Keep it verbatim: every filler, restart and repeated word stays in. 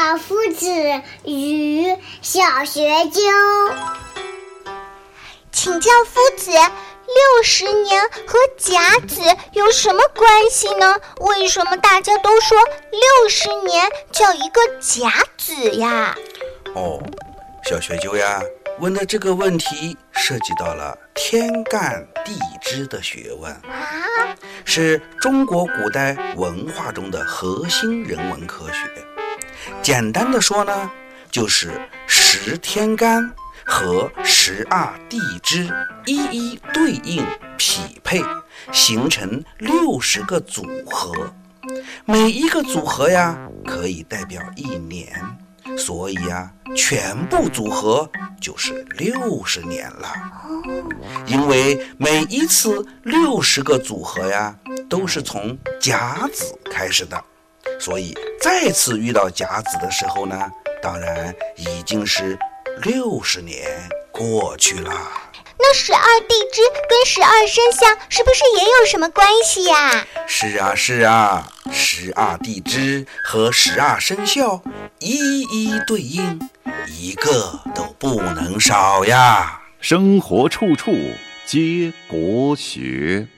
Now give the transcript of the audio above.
教夫子与小学究。 请教夫子，六十年和甲子有什么关系呢？为什么大家都说六十年叫一个甲子呀？ 哦，小学究呀，问的这个问题涉及到了天干地支的学问啊， 是中国古代文化中的核心人文科学。简单的说呢，就是十天干和十二地支一一对应匹配，形成六十个组合。每一个组合呀，可以代表一年，所以呀，全部组合就是六十年了。因为每一次六十个组合呀，都是从甲子开始的，所以再次遇到甲子的时候呢，当然已经是六十年过去了。 那十二地支跟十二生肖是不是也有什么关系呀？ 是啊是啊，十二地支和十二生肖一一对应，一个都不能少呀。 生活处处皆国学。